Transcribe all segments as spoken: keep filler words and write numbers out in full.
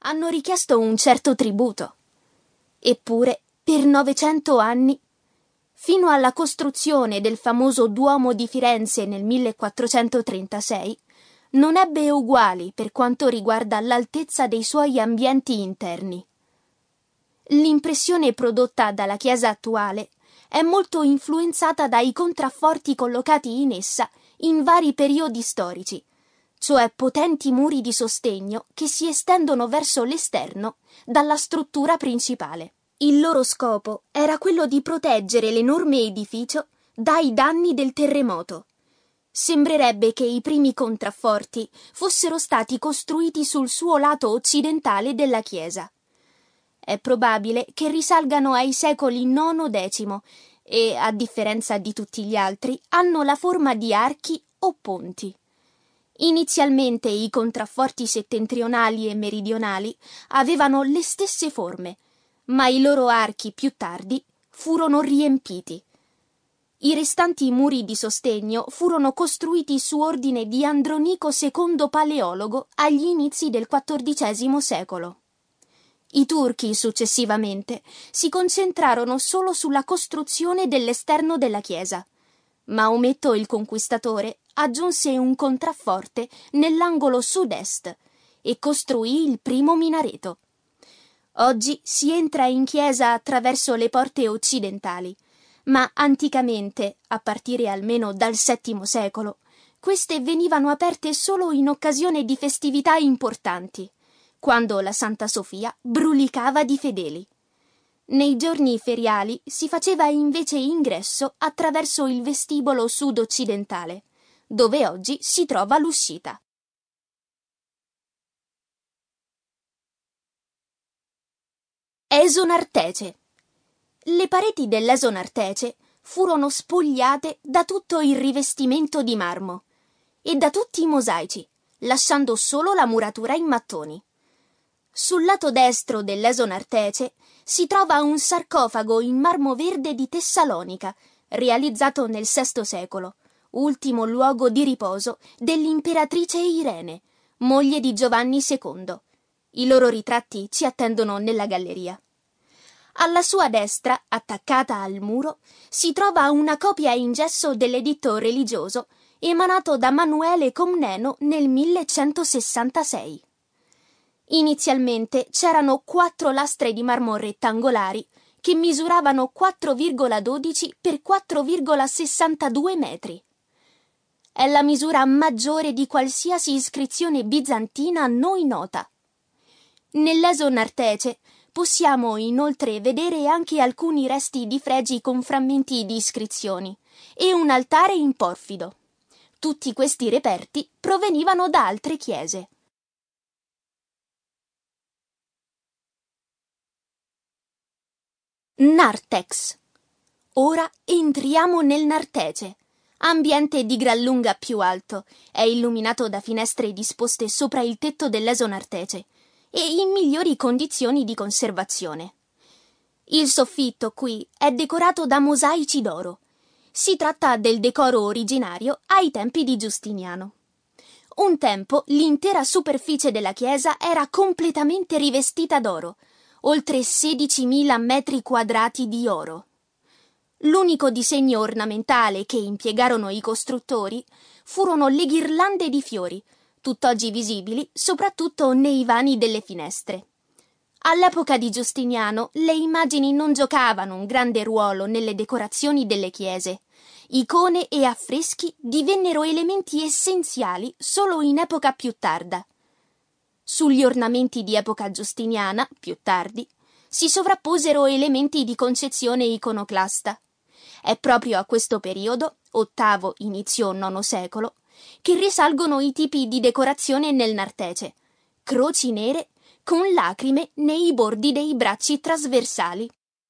hanno richiesto un certo tributo. Eppure, per novecento anni, fino alla costruzione del famoso Duomo di Firenze nel millequattrocentotrentasei, non ebbe uguali per quanto riguarda l'altezza dei suoi ambienti interni. L'impressione prodotta dalla chiesa attuale è molto influenzata dai contrafforti collocati in essa in vari periodi storici, cioè potenti muri di sostegno che si estendono verso l'esterno dalla struttura principale. Il loro scopo era quello di proteggere l'enorme edificio dai danni del terremoto. Sembrerebbe che i primi contrafforti fossero stati costruiti sul suo lato occidentale della chiesa. È probabile che risalgano ai secoli nono decimo e, a differenza di tutti gli altri, hanno la forma di archi o ponti. Inizialmente i contrafforti settentrionali e meridionali avevano le stesse forme, ma i loro archi più tardi furono riempiti. I restanti muri di sostegno furono costruiti su ordine di Andronico secondo Paleologo agli inizi del quattordicesimo secolo. I turchi, successivamente, si concentrarono solo sulla costruzione dell'esterno della chiesa. Maometto il Conquistatore aggiunse un contrafforte nell'angolo sud-est e costruì il primo minareto. Oggi si entra in chiesa attraverso le porte occidentali, ma anticamente, a partire almeno dal settimo secolo, queste venivano aperte solo in occasione di festività importanti, quando la Santa Sofia brulicava di fedeli. Nei giorni feriali si faceva invece ingresso attraverso il vestibolo sud-occidentale, dove oggi si trova l'uscita. Esonartece. Le pareti dell'Esonartece furono spogliate da tutto il rivestimento di marmo e da tutti i mosaici, lasciando solo la muratura in mattoni. Sul lato destro dell'Esonartece si trova un sarcofago in marmo verde di Tessalonica, realizzato nel sesto secolo, ultimo luogo di riposo dell'imperatrice Irene, moglie di Giovanni secondo. I loro ritratti ci attendono nella galleria. Alla sua destra, attaccata al muro, si trova una copia in gesso dell'editto religioso emanato da Manuele Comneno nel millecentosessantasei. Inizialmente c'erano quattro lastre di marmo rettangolari che misuravano quattro virgola dodici per quattro virgola sessantadue metri. È la misura maggiore di qualsiasi iscrizione bizantina a noi nota. Nell'Esonartece possiamo inoltre vedere anche alcuni resti di fregi con frammenti di iscrizioni e un altare in porfido. Tutti questi reperti provenivano da altre chiese. Narthex. Ora entriamo nel Nartece, ambiente di gran lunga più alto, è illuminato da finestre disposte sopra il tetto dell'Esonartece e in migliori condizioni di conservazione. Il soffitto qui è decorato da mosaici d'oro. Si tratta del decoro originario ai tempi di Giustiniano. Un tempo l'intera superficie della chiesa era completamente rivestita d'oro, oltre sedicimila metri quadrati di oro. L'unico disegno ornamentale che impiegarono i costruttori furono le ghirlande di fiori, tutt'oggi visibili soprattutto nei vani delle finestre. All'epoca di Giustiniano le immagini non giocavano un grande ruolo nelle decorazioni delle chiese. Icone e affreschi divennero elementi essenziali solo in epoca più tarda. Sugli ornamenti di epoca giustiniana, più tardi, si sovrapposero elementi di concezione iconoclasta. È proprio a questo periodo, ottavo inizio nono secolo, che risalgono i tipi di decorazione nel Nartece: croci nere con lacrime nei bordi dei bracci trasversali.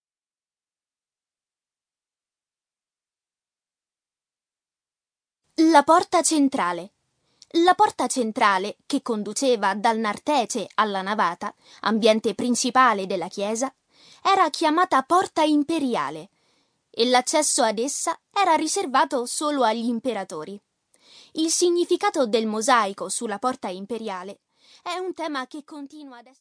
La porta centrale. La porta centrale, che conduceva dal Nartece alla navata, ambiente principale della chiesa, era chiamata porta imperiale e l'accesso ad essa era riservato solo agli imperatori. Il significato del mosaico sulla porta imperiale è un tema che continua ad essere